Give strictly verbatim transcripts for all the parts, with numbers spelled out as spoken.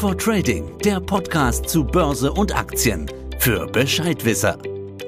for Trading, der Podcast zu Börse und Aktien für Bescheidwisser.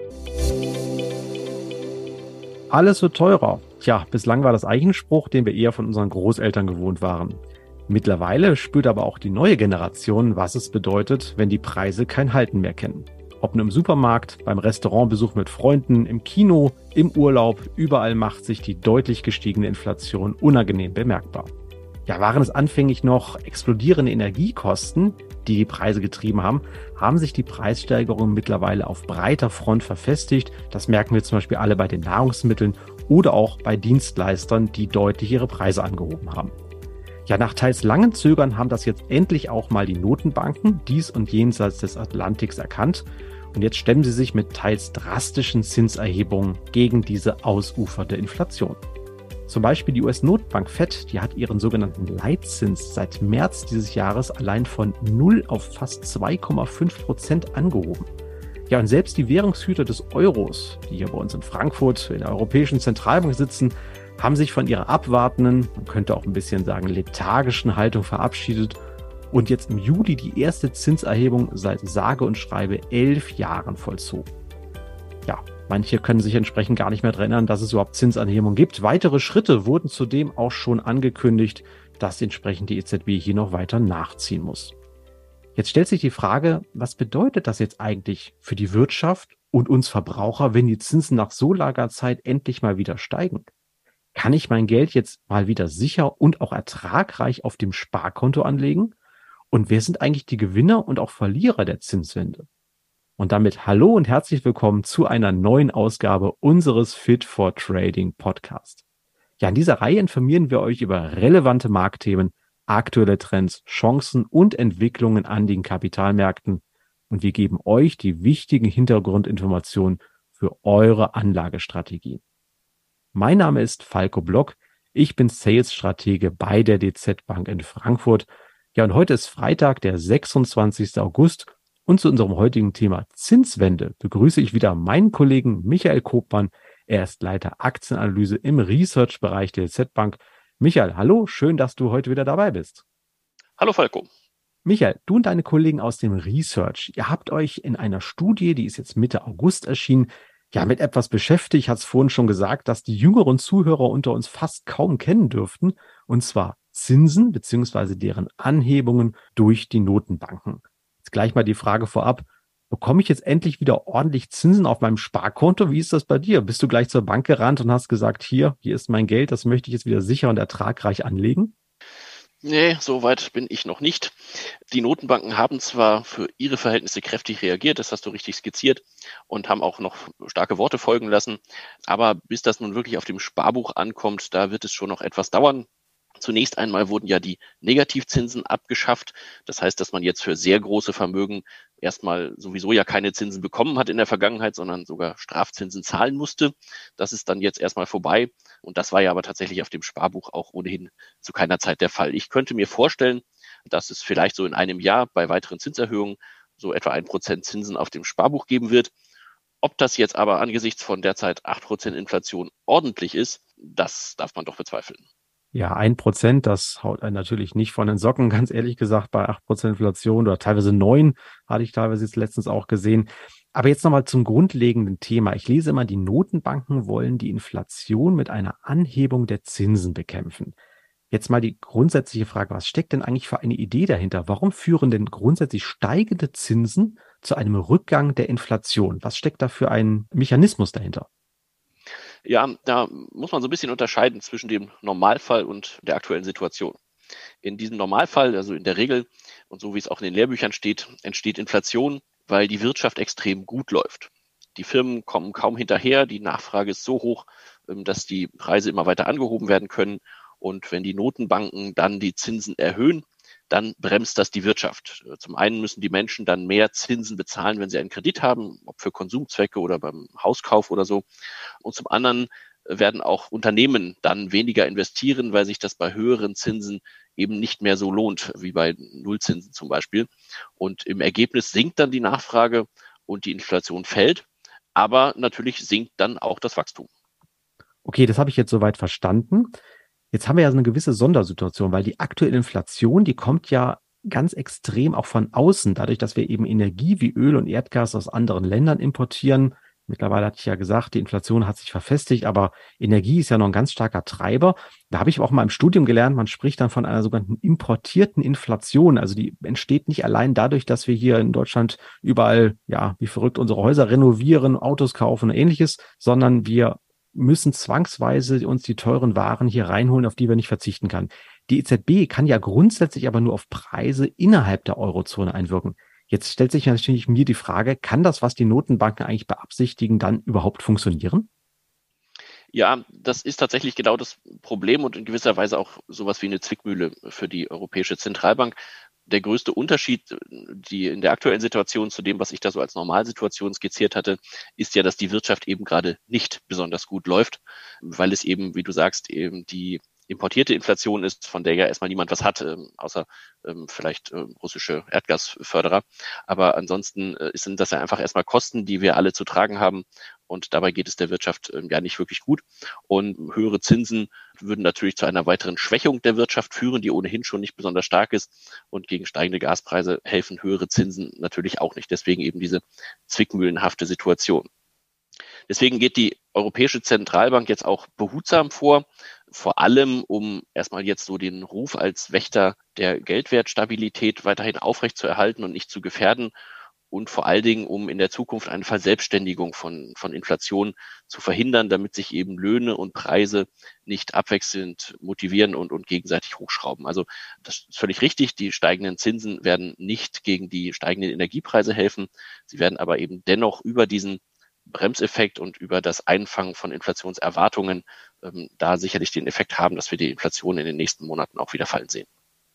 Alles wird teurer. Tja, bislang war das eigentlich ein Spruch, den wir eher von unseren Großeltern gewohnt waren. Mittlerweile spürt aber auch die neue Generation, was es bedeutet, wenn die Preise kein Halten mehr kennen. Ob nun im Supermarkt, beim Restaurantbesuch mit Freunden, im Kino, im Urlaub, überall macht sich die deutlich gestiegene Inflation unangenehm bemerkbar. Ja, waren es anfänglich noch explodierende Energiekosten, die die Preise getrieben haben, haben sich die Preissteigerungen mittlerweile auf breiter Front verfestigt. Das merken wir zum Beispiel alle bei den Nahrungsmitteln oder auch bei Dienstleistern, die deutlich ihre Preise angehoben haben. Ja, nach teils langen Zögern haben das jetzt endlich auch mal die Notenbanken dies und jenseits des Atlantiks erkannt. Und jetzt stemmen sie sich mit teils drastischen Zinserhebungen gegen diese ausufernde Inflation. Zum Beispiel die U S-Notenbank Fed, die hat ihren sogenannten Leitzins seit März dieses Jahres allein von null auf fast zwei Komma fünf Prozent angehoben. Ja, und selbst die Währungshüter des Euros, die hier bei uns in Frankfurt in der Europäischen Zentralbank sitzen, haben sich von ihrer abwartenden, man könnte auch ein bisschen sagen lethargischen Haltung verabschiedet und jetzt im Juli die erste Zinserhebung seit sage und schreibe elf Jahren vollzogen. Ja, manche können sich entsprechend gar nicht mehr daran erinnern, dass es überhaupt Zinsanhebungen gibt. Weitere Schritte wurden zudem auch schon angekündigt, dass entsprechend die E Z B hier noch weiter nachziehen muss. Jetzt stellt sich die Frage, was bedeutet das jetzt eigentlich für die Wirtschaft und uns Verbraucher, wenn die Zinsen nach so langer Zeit endlich mal wieder steigen? Kann ich mein Geld jetzt mal wieder sicher und auch ertragreich auf dem Sparkonto anlegen? Und wer sind eigentlich die Gewinner und auch Verlierer der Zinswende? Und damit hallo und herzlich willkommen zu einer neuen Ausgabe unseres Fit for Trading Podcast. Ja, in dieser Reihe informieren wir euch über relevante Marktthemen, aktuelle Trends, Chancen und Entwicklungen an den Kapitalmärkten. Und wir geben euch die wichtigen Hintergrundinformationen für eure Anlagestrategien. Mein Name ist Falco Block. Ich bin Sales-Stratege bei der D Z Bank in Frankfurt. Ja, und heute ist Freitag, der sechsundzwanzigster August. Und zu unserem heutigen Thema Zinswende begrüße ich wieder meinen Kollegen Michael Kopmann. Er ist Leiter Aktienanalyse im Research-Bereich der D Z Bank. Michael, hallo, schön, dass du heute wieder dabei bist. Hallo Falco. Michael, du und deine Kollegen aus dem Research, ihr habt euch in einer Studie, die ist jetzt Mitte August erschienen, ja mit etwas beschäftigt. Ich hatte es vorhin schon gesagt, dass die jüngeren Zuhörer unter uns fast kaum kennen dürften, und zwar Zinsen bzw. deren Anhebungen durch die Notenbanken. Jetzt gleich mal die Frage vorab, bekomme ich jetzt endlich wieder ordentlich Zinsen auf meinem Sparkonto? Wie ist das bei dir? Bist du gleich zur Bank gerannt und hast gesagt, hier, hier ist mein Geld, das möchte ich jetzt wieder sicher und ertragreich anlegen? Nee, so weit bin ich noch nicht. Die Notenbanken haben zwar für ihre Verhältnisse kräftig reagiert, das hast du richtig skizziert, und haben auch noch starke Worte folgen lassen. Aber bis das nun wirklich auf dem Sparbuch ankommt, da wird es schon noch etwas dauern. Zunächst einmal wurden ja die Negativzinsen abgeschafft. Das heißt, dass man jetzt für sehr große Vermögen erstmal sowieso ja keine Zinsen bekommen hat in der Vergangenheit, sondern sogar Strafzinsen zahlen musste. Das ist dann jetzt erstmal vorbei. Und das war ja aber tatsächlich auf dem Sparbuch auch ohnehin zu keiner Zeit der Fall. Ich könnte mir vorstellen, dass es vielleicht so in einem Jahr bei weiteren Zinserhöhungen so etwa ein Prozent Zinsen auf dem Sparbuch geben wird. Ob das jetzt aber angesichts von derzeit acht Prozent Inflation ordentlich ist, das darf man doch bezweifeln. Ja, ein Prozent, das haut einen natürlich nicht von den Socken, ganz ehrlich gesagt, bei acht Prozent Inflation oder teilweise neun, hatte ich teilweise jetzt letztens auch gesehen. Aber jetzt nochmal zum grundlegenden Thema. Ich lese immer, die Notenbanken wollen die Inflation mit einer Anhebung der Zinsen bekämpfen. Jetzt mal die grundsätzliche Frage, was steckt denn eigentlich für eine Idee dahinter? Warum führen denn grundsätzlich steigende Zinsen zu einem Rückgang der Inflation? Was steckt da für ein Mechanismus dahinter? Ja, da muss man so ein bisschen unterscheiden zwischen dem Normalfall und der aktuellen Situation. In diesem Normalfall, also in der Regel und so wie es auch in den Lehrbüchern steht, entsteht Inflation, weil die Wirtschaft extrem gut läuft. Die Firmen kommen kaum hinterher, die Nachfrage ist so hoch, dass die Preise immer weiter angehoben werden können. Und wenn die Notenbanken dann die Zinsen erhöhen, dann bremst das die Wirtschaft. Zum einen müssen die Menschen dann mehr Zinsen bezahlen, wenn sie einen Kredit haben, ob für Konsumzwecke oder beim Hauskauf oder so. Und zum anderen werden auch Unternehmen dann weniger investieren, weil sich das bei höheren Zinsen eben nicht mehr so lohnt, wie bei Nullzinsen zum Beispiel. Und im Ergebnis sinkt dann die Nachfrage und die Inflation fällt. Aber natürlich sinkt dann auch das Wachstum. Okay, das habe ich jetzt soweit verstanden. Jetzt haben wir ja so eine gewisse Sondersituation, weil die aktuelle Inflation, die kommt ja ganz extrem auch von außen, dadurch, dass wir eben Energie wie Öl und Erdgas aus anderen Ländern importieren. Mittlerweile hatte ich ja gesagt, die Inflation hat sich verfestigt, aber Energie ist ja noch ein ganz starker Treiber. Da habe ich auch mal im Studium gelernt, man spricht dann von einer sogenannten importierten Inflation. Also die entsteht nicht allein dadurch, dass wir hier in Deutschland überall, ja, wie verrückt unsere Häuser renovieren, Autos kaufen und ähnliches, sondern wir müssen zwangsweise uns die teuren Waren hier reinholen, auf die wir nicht verzichten können. Die E Z B kann ja grundsätzlich aber nur auf Preise innerhalb der Eurozone einwirken. Jetzt stellt sich natürlich mir die Frage, kann das, was die Notenbanken eigentlich beabsichtigen, dann überhaupt funktionieren? Ja, das ist tatsächlich genau das Problem und in gewisser Weise auch sowas wie eine Zwickmühle für die Europäische Zentralbank. Der größte Unterschied, die in der aktuellen Situation zu dem, was ich da so als Normalsituation skizziert hatte, ist ja, dass die Wirtschaft eben gerade nicht besonders gut läuft, weil es eben, wie du sagst, eben die importierte Inflation ist, von der ja erstmal niemand was hat, ähm, außer ähm, vielleicht ähm, russische Erdgasförderer. Aber ansonsten äh, sind das ja einfach erstmal Kosten, die wir alle zu tragen haben. Und dabei geht es der Wirtschaft ähm, ja nicht wirklich gut. Und höhere Zinsen würden natürlich zu einer weiteren Schwächung der Wirtschaft führen, die ohnehin schon nicht besonders stark ist. Und gegen steigende Gaspreise helfen höhere Zinsen natürlich auch nicht. Deswegen eben diese zwickmühlenhafte Situation. Deswegen geht die Europäische Zentralbank jetzt auch behutsam vor, vor allem um erstmal jetzt so den Ruf als Wächter der Geldwertstabilität weiterhin aufrechtzuerhalten und nicht zu gefährden und vor allen Dingen, um in der Zukunft eine Verselbstständigung von, von Inflation zu verhindern, damit sich eben Löhne und Preise nicht abwechselnd motivieren und, und gegenseitig hochschrauben. Also das ist völlig richtig. Die steigenden Zinsen werden nicht gegen die steigenden Energiepreise helfen. Sie werden aber eben dennoch über diesen Bremseffekt und über das Einfangen von Inflationserwartungen ähm, da sicherlich den Effekt haben, dass wir die Inflation in den nächsten Monaten auch wieder fallen sehen.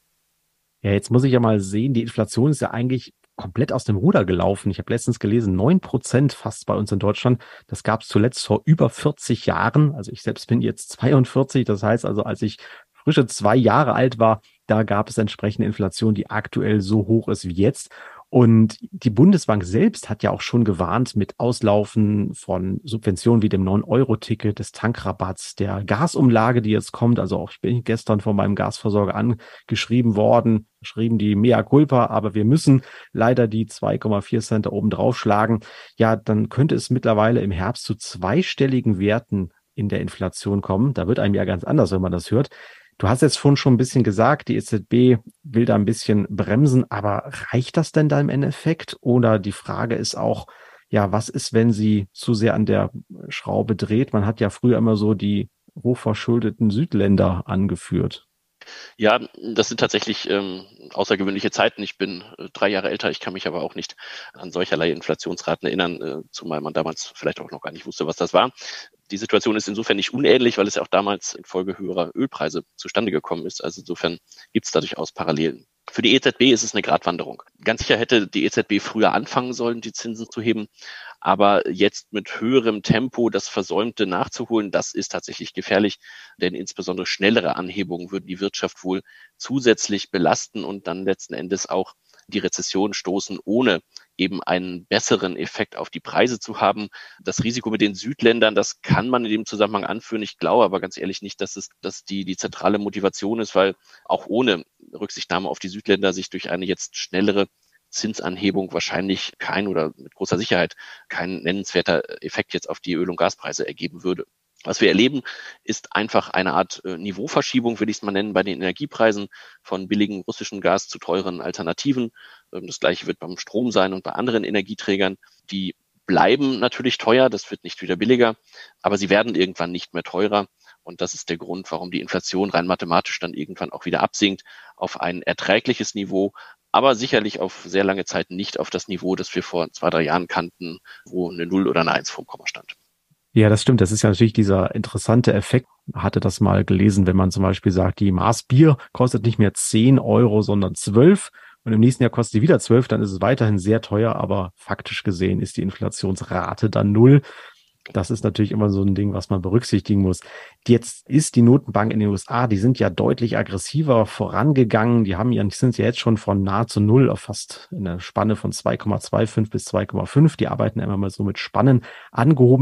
Ja, jetzt muss ich ja mal sehen, die Inflation ist ja eigentlich komplett aus dem Ruder gelaufen. Ich habe letztens gelesen, neun Prozent fast bei uns in Deutschland. Das gab es zuletzt vor über vierzig Jahren. Also ich selbst bin jetzt zweiundvierzig. Das heißt also, als ich frische zwei Jahre alt war, da gab es entsprechende Inflation, die aktuell so hoch ist wie jetzt. Und die Bundesbank selbst hat ja auch schon gewarnt mit Auslaufen von Subventionen wie dem neun Euro Ticket, des Tankrabatts, der Gasumlage, die jetzt kommt. Also auch ich bin gestern von meinem Gasversorger angeschrieben worden, geschrieben die Mea culpa, aber wir müssen leider die zwei Komma vier Cent da oben draufschlagen. Ja, dann könnte es mittlerweile im Herbst zu zweistelligen Werten in der Inflation kommen. Da wird einem ja ganz anders, wenn man das hört. Du hast jetzt vorhin schon ein bisschen gesagt, die E Z B will da ein bisschen bremsen, aber reicht das denn da im Endeffekt? Oder die Frage ist auch, ja, was ist, wenn sie zu sehr an der Schraube dreht? Man hat ja früher immer so die hochverschuldeten Südländer angeführt. Ja, das sind tatsächlich ähm, außergewöhnliche Zeiten. Ich bin äh, drei Jahre älter, ich kann mich aber auch nicht an solcherlei Inflationsraten erinnern, äh, zumal man damals vielleicht auch noch gar nicht wusste, was das war. Die Situation ist insofern nicht unähnlich, weil es ja auch damals infolge höherer Ölpreise zustande gekommen ist. Also insofern gibt es da durchaus Parallelen. Für die E Z B ist es eine Gratwanderung. Ganz sicher hätte die E Z B früher anfangen sollen, die Zinsen zu heben. Aber jetzt mit höherem Tempo das Versäumte nachzuholen, das ist tatsächlich gefährlich. Denn insbesondere schnellere Anhebungen würden die Wirtschaft wohl zusätzlich belasten und dann letzten Endes auch die Rezession stoßen, ohne eben einen besseren Effekt auf die Preise zu haben. Das Risiko mit den Südländern, das kann man in dem Zusammenhang anführen. Ich glaube aber ganz ehrlich nicht, dass es dass die, die zentrale Motivation ist, weil auch ohne Rücksichtnahme auf die Südländer sich durch eine jetzt schnellere Zinsanhebung wahrscheinlich kein oder mit großer Sicherheit kein nennenswerter Effekt jetzt auf die Öl- und Gaspreise ergeben würde. Was wir erleben, ist einfach eine Art äh, Niveauverschiebung, will ich es mal nennen, bei den Energiepreisen von billigem russischen Gas zu teuren Alternativen. Ähm, das Gleiche wird beim Strom sein und bei anderen Energieträgern. Die bleiben natürlich teuer, das wird nicht wieder billiger, aber sie werden irgendwann nicht mehr teurer. Und das ist der Grund, warum die Inflation rein mathematisch dann irgendwann auch wieder absinkt auf ein erträgliches Niveau, aber sicherlich auf sehr lange Zeit nicht auf das Niveau, das wir vor zwei, drei Jahren kannten, wo eine Null oder eine Eins vorm Komma stand. Ja, das stimmt. Das ist ja natürlich dieser interessante Effekt. Hatte das mal gelesen, wenn man zum Beispiel sagt, die Maß Bier kostet nicht mehr zehn Euro, sondern zwölf. Und im nächsten Jahr kostet sie wieder zwölf, dann ist es weiterhin sehr teuer. Aber faktisch gesehen ist die Inflationsrate dann null. Das ist natürlich immer so ein Ding, was man berücksichtigen muss. Jetzt ist die Notenbank in den U S A, die sind ja deutlich aggressiver vorangegangen. Die haben ja, die sind ja jetzt schon von nahezu null auf fast in der Spanne von zwei Komma fünfundzwanzig bis zwei Komma fünf. Die arbeiten immer mal so mit Spannen angehoben.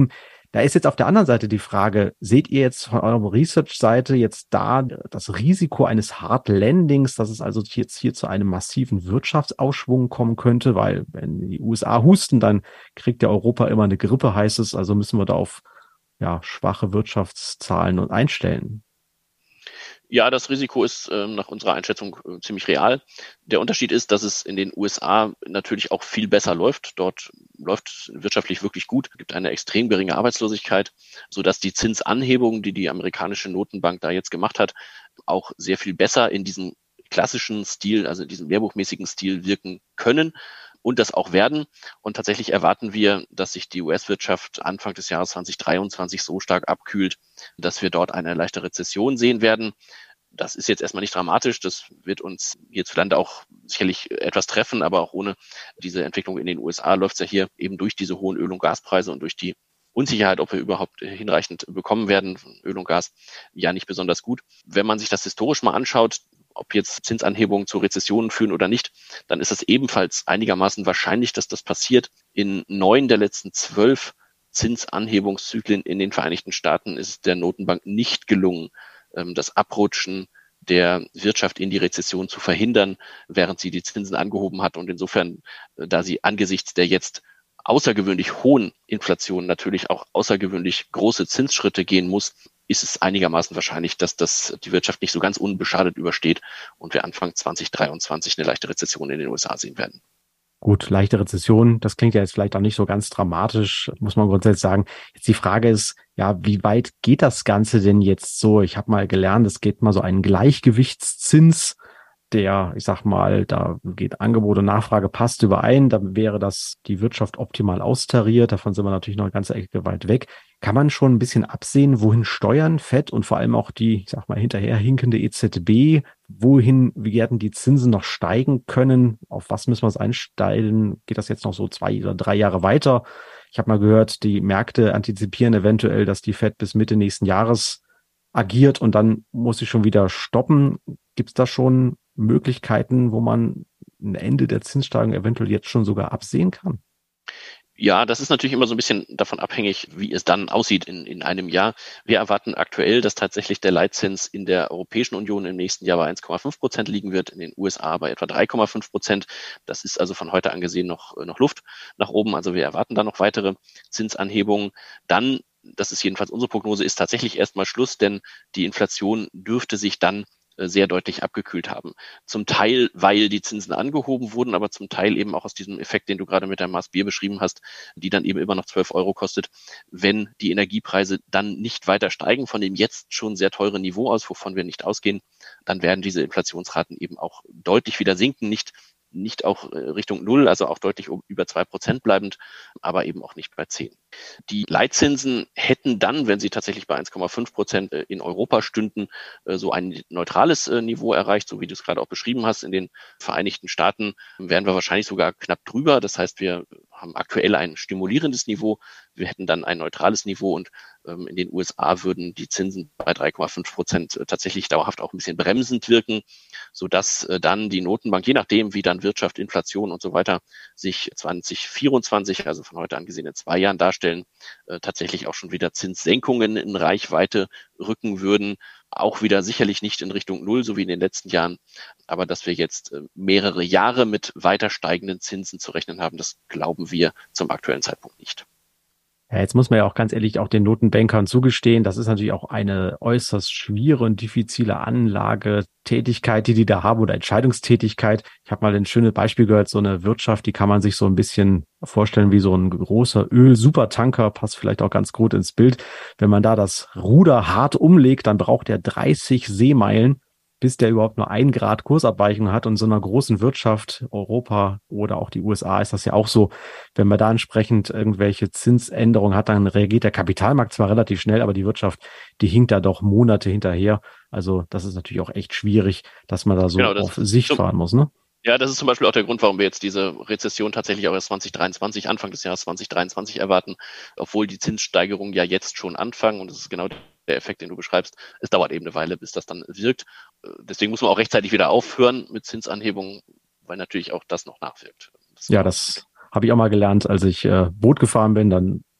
Da ist jetzt auf der anderen Seite die Frage, seht ihr jetzt von eurer Research-Seite jetzt da das Risiko eines Hard Landings, dass es also jetzt hier zu einem massiven Wirtschaftsausschwung kommen könnte? Weil wenn die U S A husten, dann kriegt ja Europa immer eine Grippe, heißt es. Also müssen wir da auf ja, schwache Wirtschaftszahlen und einstellen. Ja, das Risiko ist äh, nach unserer Einschätzung äh, ziemlich real. Der Unterschied ist, dass es in den U S A natürlich auch viel besser läuft. Dort läuft es wirtschaftlich wirklich gut. Es gibt eine extrem geringe Arbeitslosigkeit, sodass die Zinsanhebungen, die die amerikanische Notenbank da jetzt gemacht hat, auch sehr viel besser in diesem klassischen Stil, also in diesem lehrbuchmäßigen Stil wirken können und das auch werden. Und tatsächlich erwarten wir, dass sich die U S-Wirtschaft Anfang des Jahres zwanzig dreiundzwanzig so stark abkühlt, dass wir dort eine leichte Rezession sehen werden. Das ist jetzt erstmal nicht dramatisch. Das wird uns hierzulande auch sicherlich etwas treffen, aber auch ohne diese Entwicklung in den U S A läuft es ja hier eben durch diese hohen Öl- und Gaspreise und durch die Unsicherheit, ob wir überhaupt hinreichend bekommen werden, Öl und Gas, ja nicht besonders gut. Wenn man sich das historisch mal anschaut, ob jetzt Zinsanhebungen zu Rezessionen führen oder nicht, dann ist es ebenfalls einigermaßen wahrscheinlich, dass das passiert. In neun der letzten zwölf Zinsanhebungszyklen in den Vereinigten Staaten ist es der Notenbank nicht gelungen, das Abrutschen der Wirtschaft in die Rezession zu verhindern, während sie die Zinsen angehoben hat. Und insofern, da sie angesichts der jetzt außergewöhnlich hohen Inflation natürlich auch außergewöhnlich große Zinsschritte gehen muss, ist es einigermaßen wahrscheinlich, dass das die Wirtschaft nicht so ganz unbeschadet übersteht und wir Anfang zwanzig dreiundzwanzig eine leichte Rezession in den U S A sehen werden. Gut, leichte Rezession, das klingt ja jetzt vielleicht auch nicht so ganz dramatisch, muss man grundsätzlich sagen. Jetzt die Frage ist, ja, wie weit geht das Ganze denn jetzt so? Ich habe mal gelernt, es geht mal so einen Gleichgewichtszins, der, ich sag mal, da geht Angebot und Nachfrage passt überein, dann wäre das die Wirtschaft optimal austariert, davon sind wir natürlich noch eine ganze Ecke weit weg. Kann man schon ein bisschen absehen, wohin Steuern, Fed und vor allem auch die, ich sag mal, hinterherhinkende E Z B, wohin werden die Zinsen noch steigen können? Auf was müssen wir es einstellen? Geht das jetzt noch so zwei oder drei Jahre weiter? Ich habe mal gehört, die Märkte antizipieren eventuell, dass die Fed bis Mitte nächsten Jahres agiert und dann muss sie schon wieder stoppen. Gibt es da schon Möglichkeiten, wo man ein Ende der Zinssteigerung eventuell jetzt schon sogar absehen kann? Ja, das ist natürlich immer so ein bisschen davon abhängig, wie es dann aussieht in, in einem Jahr. Wir erwarten aktuell, dass tatsächlich der Leitzins in der Europäischen Union im nächsten Jahr bei eins Komma fünf Prozent liegen wird, in den U S A bei etwa drei Komma fünf Prozent. Das ist also von heute angesehen noch, noch Luft nach oben. Also wir erwarten da noch weitere Zinsanhebungen. Dann, das ist jedenfalls unsere Prognose, ist tatsächlich erstmal Schluss, denn die Inflation dürfte sich dann sehr deutlich abgekühlt haben. Zum Teil, weil die Zinsen angehoben wurden, aber zum Teil eben auch aus diesem Effekt, den du gerade mit deinem Maß Bier beschrieben hast, die dann eben immer noch zwölf Euro kostet, wenn die Energiepreise dann nicht weiter steigen von dem jetzt schon sehr teuren Niveau aus, wovon wir nicht ausgehen, dann werden diese Inflationsraten eben auch deutlich wieder sinken, nicht nicht auch Richtung Null, also auch deutlich über zwei Prozent bleibend, aber eben auch nicht bei zehn. Die Leitzinsen hätten dann, wenn sie tatsächlich bei eins Komma fünf Prozent in Europa stünden, so ein neutrales Niveau erreicht, so wie du es gerade auch beschrieben hast. In den Vereinigten Staaten wären wir wahrscheinlich sogar knapp drüber. Das heißt, wir haben aktuell ein stimulierendes Niveau. Wir hätten dann ein neutrales Niveau und ähm, in den U S A würden die Zinsen bei drei Komma fünf Prozent tatsächlich dauerhaft auch ein bisschen bremsend wirken, sodass äh, dann die Notenbank, je nachdem, wie dann Wirtschaft, Inflation und so weiter sich zwanzig vierundzwanzig, also von heute an gesehen in zwei Jahren darstellen, äh, tatsächlich auch schon wieder Zinssenkungen in Reichweite rücken würden. Auch wieder sicherlich nicht in Richtung Null, so wie in den letzten Jahren, aber dass wir jetzt mehrere Jahre mit weiter steigenden Zinsen zu rechnen haben, das glauben wir zum aktuellen Zeitpunkt nicht. Ja, jetzt muss man ja auch ganz ehrlich auch den Notenbankern zugestehen, das ist natürlich auch eine äußerst schwierige und diffizile Anlagetätigkeit, die die da haben oder Entscheidungstätigkeit. Ich habe mal ein schönes Beispiel gehört, so eine Wirtschaft, die kann man sich so ein bisschen vorstellen wie so ein großer Öl-Supertanker, passt vielleicht auch ganz gut ins Bild. Wenn man da das Ruder hart umlegt, dann braucht er dreißig Seemeilen, bis der überhaupt nur ein Grad Kursabweichung hat. Und so einer großen Wirtschaft, Europa oder auch die U S A, ist das ja auch so. Wenn man da entsprechend irgendwelche Zinsänderungen hat, dann reagiert der Kapitalmarkt zwar relativ schnell, aber die Wirtschaft, die hinkt da doch Monate hinterher. Also das ist natürlich auch echt schwierig, dass man da so genau, auf Sicht so fahren muss, ne? Ja, das ist zum Beispiel auch der Grund, warum wir jetzt diese Rezession tatsächlich auch erst zwanzig dreiundzwanzig, Anfang des Jahres zwanzig dreiundzwanzig erwarten, obwohl die Zinssteigerungen ja jetzt schon anfangen und das ist genau der Effekt, den du beschreibst. Es dauert eben eine Weile, bis das dann wirkt. Deswegen muss man auch rechtzeitig wieder aufhören mit Zinsanhebungen, weil natürlich auch das noch nachwirkt. Das ja, das habe ich auch mal gelernt, als ich äh, Boot gefahren bin, dann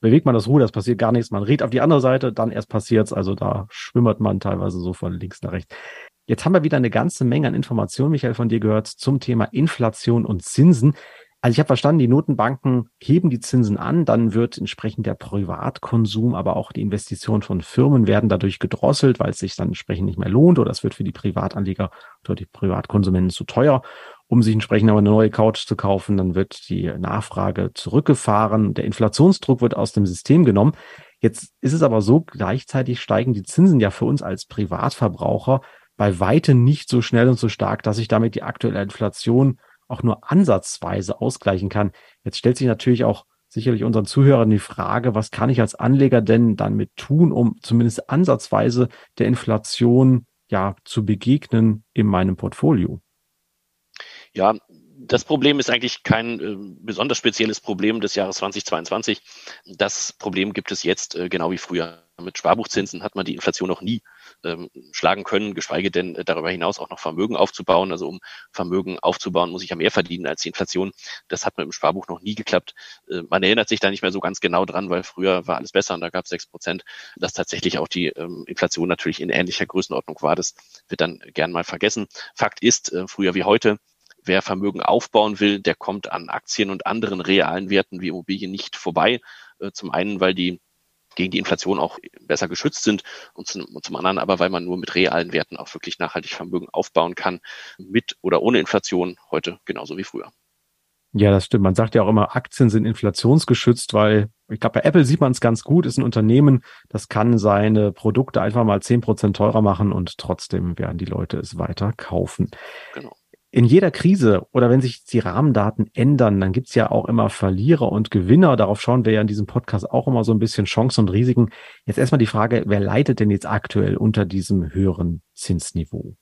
bewegt man das Ruder, es passiert gar nichts, man dreht auf die andere Seite, dann erst passiert's, also da schwimmert man teilweise so von links nach rechts. Jetzt haben wir wieder eine ganze Menge an Informationen, Michael, von dir gehört zum Thema Inflation und Zinsen. Also ich habe verstanden, die Notenbanken heben die Zinsen an, dann wird entsprechend der Privatkonsum, aber auch die Investitionen von Firmen werden dadurch gedrosselt, weil es sich dann entsprechend nicht mehr lohnt oder es wird für die Privatanleger oder die Privatkonsumenten zu teuer, um sich entsprechend aber eine neue Couch zu kaufen. Dann wird die Nachfrage zurückgefahren, der Inflationsdruck wird aus dem System genommen. Jetzt ist es aber so, gleichzeitig steigen die Zinsen ja für uns als Privatverbraucher bei weitem nicht so schnell und so stark, dass sich damit die aktuelle Inflation auch nur ansatzweise ausgleichen kann. Jetzt stellt sich natürlich auch sicherlich unseren Zuhörern die Frage, was kann ich als Anleger denn damit tun, um zumindest ansatzweise der Inflation ja zu begegnen in meinem Portfolio? Ja, das Problem ist eigentlich kein äh, besonders spezielles Problem des Jahres zweitausendzweiundzwanzig. Das Problem gibt es jetzt äh, genau wie früher. Mit Sparbuchzinsen hat man die Inflation noch nie ähm, schlagen können, geschweige denn äh, darüber hinaus auch noch Vermögen aufzubauen. Also um Vermögen aufzubauen, muss ich ja mehr verdienen als die Inflation. Das hat mit dem Sparbuch noch nie geklappt. Äh, man erinnert sich da nicht mehr so ganz genau dran, weil früher war alles besser und da gab es sechs Prozent. Dass tatsächlich auch die ähm, Inflation natürlich in ähnlicher Größenordnung war, das wird dann gern mal vergessen. Fakt ist, äh, früher wie heute, wer Vermögen aufbauen will, der kommt an Aktien und anderen realen Werten wie Immobilien nicht vorbei. Zum einen, weil die gegen die Inflation auch besser geschützt sind und zum, und zum anderen aber, weil man nur mit realen Werten auch wirklich nachhaltig Vermögen aufbauen kann, mit oder ohne Inflation, heute genauso wie früher. Ja, das stimmt. Man sagt ja auch immer, Aktien sind inflationsgeschützt, weil ich glaube, bei Apple sieht man es ganz gut, ist ein Unternehmen, das kann seine Produkte einfach mal zehn Prozent teurer machen und trotzdem werden die Leute es weiter kaufen. Genau. In jeder Krise oder wenn sich die Rahmendaten ändern, dann gibt's ja auch immer Verlierer und Gewinner. Darauf schauen wir ja in diesem Podcast auch immer so ein bisschen Chancen und Risiken. Jetzt erstmal die Frage, wer leidet denn jetzt aktuell unter diesem höheren Zinsniveau?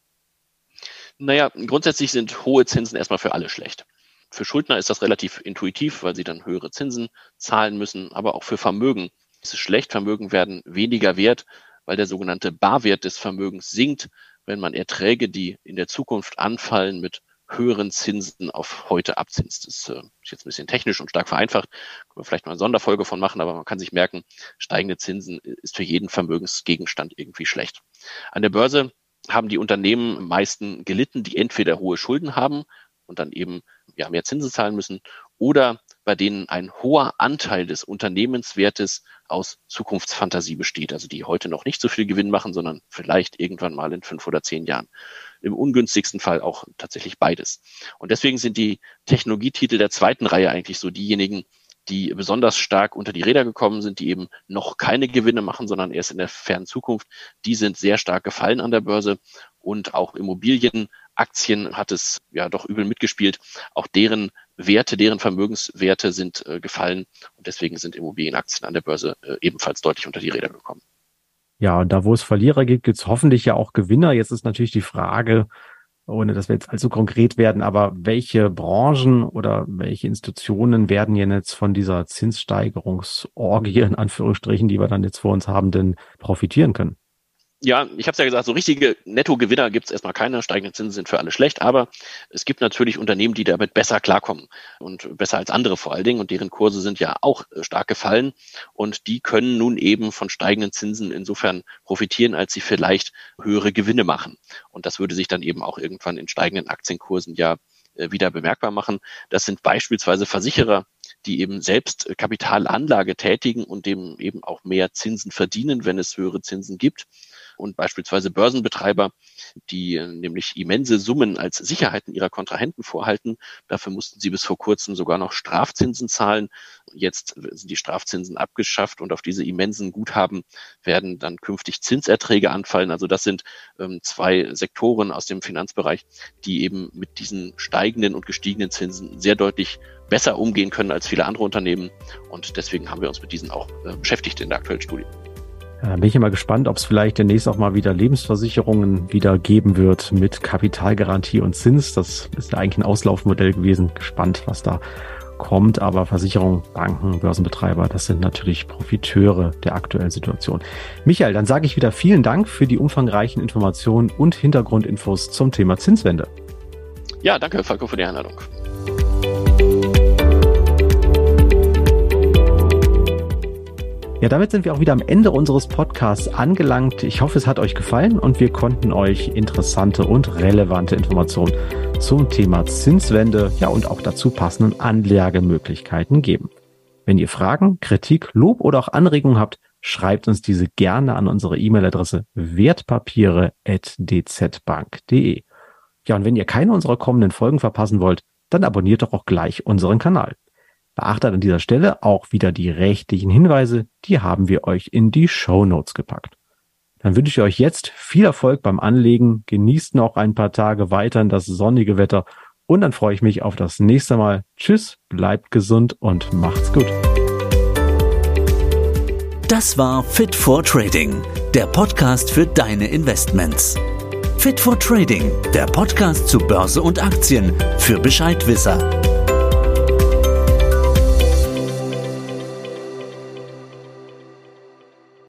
Naja, grundsätzlich sind hohe Zinsen erstmal für alle schlecht. Für Schuldner ist das relativ intuitiv, weil sie dann höhere Zinsen zahlen müssen. Aber auch für Vermögen ist es schlecht. Vermögen werden weniger wert, weil der sogenannte Barwert des Vermögens sinkt, wenn man Erträge, die in der Zukunft anfallen, mit höheren Zinsen auf heute abzinst. Das ist, äh, ist jetzt ein bisschen technisch und stark vereinfacht. Können wir vielleicht mal eine Sonderfolge von machen, aber man kann sich merken, steigende Zinsen ist für jeden Vermögensgegenstand irgendwie schlecht. An der Börse haben die Unternehmen am meisten gelitten, die entweder hohe Schulden haben und dann eben ja mehr Zinsen zahlen müssen oder bei denen ein hoher Anteil des Unternehmenswertes aus Zukunftsfantasie besteht, also die heute noch nicht so viel Gewinn machen, sondern vielleicht irgendwann mal in fünf oder zehn Jahren. Im ungünstigsten Fall auch tatsächlich beides. Und deswegen sind die Technologietitel der zweiten Reihe eigentlich so diejenigen, die besonders stark unter die Räder gekommen sind, die eben noch keine Gewinne machen, sondern erst in der fernen Zukunft. Die sind sehr stark gefallen an der Börse und auch Immobilienaktien hat es ja doch übel mitgespielt. Auch deren Werte, deren Vermögenswerte sind äh, gefallen und deswegen sind Immobilienaktien an der Börse äh, ebenfalls deutlich unter die Räder gekommen. Ja, und da wo es Verlierer gibt, gibt es hoffentlich ja auch Gewinner. Jetzt ist natürlich die Frage, ohne dass wir jetzt allzu konkret werden, aber welche Branchen oder welche Institutionen werden jetzt von dieser Zinssteigerungsorgie in Anführungsstrichen, die wir dann jetzt vor uns haben, denn profitieren können? Ja, ich habe es ja gesagt, so richtige Nettogewinner gibt es erstmal keine. Steigende Zinsen sind für alle schlecht, aber es gibt natürlich Unternehmen, die damit besser klarkommen und besser als andere vor allen Dingen und deren Kurse sind ja auch stark gefallen und die können nun eben von steigenden Zinsen insofern profitieren, als sie vielleicht höhere Gewinne machen. Und das würde sich dann eben auch irgendwann in steigenden Aktienkursen ja wieder bemerkbar machen. Das sind beispielsweise Versicherer, die eben selbst Kapitalanlage tätigen und dem eben auch mehr Zinsen verdienen, wenn es höhere Zinsen gibt. Und beispielsweise Börsenbetreiber, die nämlich immense Summen als Sicherheiten ihrer Kontrahenten vorhalten. Dafür mussten sie bis vor kurzem sogar noch Strafzinsen zahlen. Jetzt sind die Strafzinsen abgeschafft und auf diese immensen Guthaben werden dann künftig Zinserträge anfallen. Also das sind ähm, zwei Sektoren aus dem Finanzbereich, die eben mit diesen steigenden und gestiegenen Zinsen sehr deutlich besser umgehen können als viele andere Unternehmen. Und deswegen haben wir uns mit diesen auch äh, beschäftigt in der aktuellen Studie. Ja, bin ich immer gespannt, ob es vielleicht demnächst auch mal wieder Lebensversicherungen wieder geben wird mit Kapitalgarantie und Zins. Das ist ja eigentlich ein Auslaufmodell gewesen. Gespannt, was da kommt. Aber Versicherungen, Banken, Börsenbetreiber, das sind natürlich Profiteure der aktuellen Situation. Michael, dann sage ich wieder vielen Dank für die umfangreichen Informationen und Hintergrundinfos zum Thema Zinswende. Ja, danke, Falco, für die Einladung. Ja, damit sind wir auch wieder am Ende unseres Podcasts angelangt. Ich hoffe, es hat euch gefallen und wir konnten euch interessante und relevante Informationen zum Thema Zinswende, ja, und auch dazu passenden Anlagemöglichkeiten geben. Wenn ihr Fragen, Kritik, Lob oder auch Anregungen habt, schreibt uns diese gerne an unsere E-Mail-Adresse wertpapiere at d z bank punkt d e. Ja, und wenn ihr keine unserer kommenden Folgen verpassen wollt, dann abonniert doch auch gleich unseren Kanal. Beachtet an dieser Stelle auch wieder die rechtlichen Hinweise, die haben wir euch in die Shownotes gepackt. Dann wünsche ich euch jetzt viel Erfolg beim Anlegen, genießt noch ein paar Tage weiter das sonnige Wetter und dann freue ich mich auf das nächste Mal. Tschüss, bleibt gesund und macht's gut. Das war Fit for Trading, der Podcast für deine Investments. Fit for Trading, der Podcast zu Börse und Aktien für Bescheidwisser.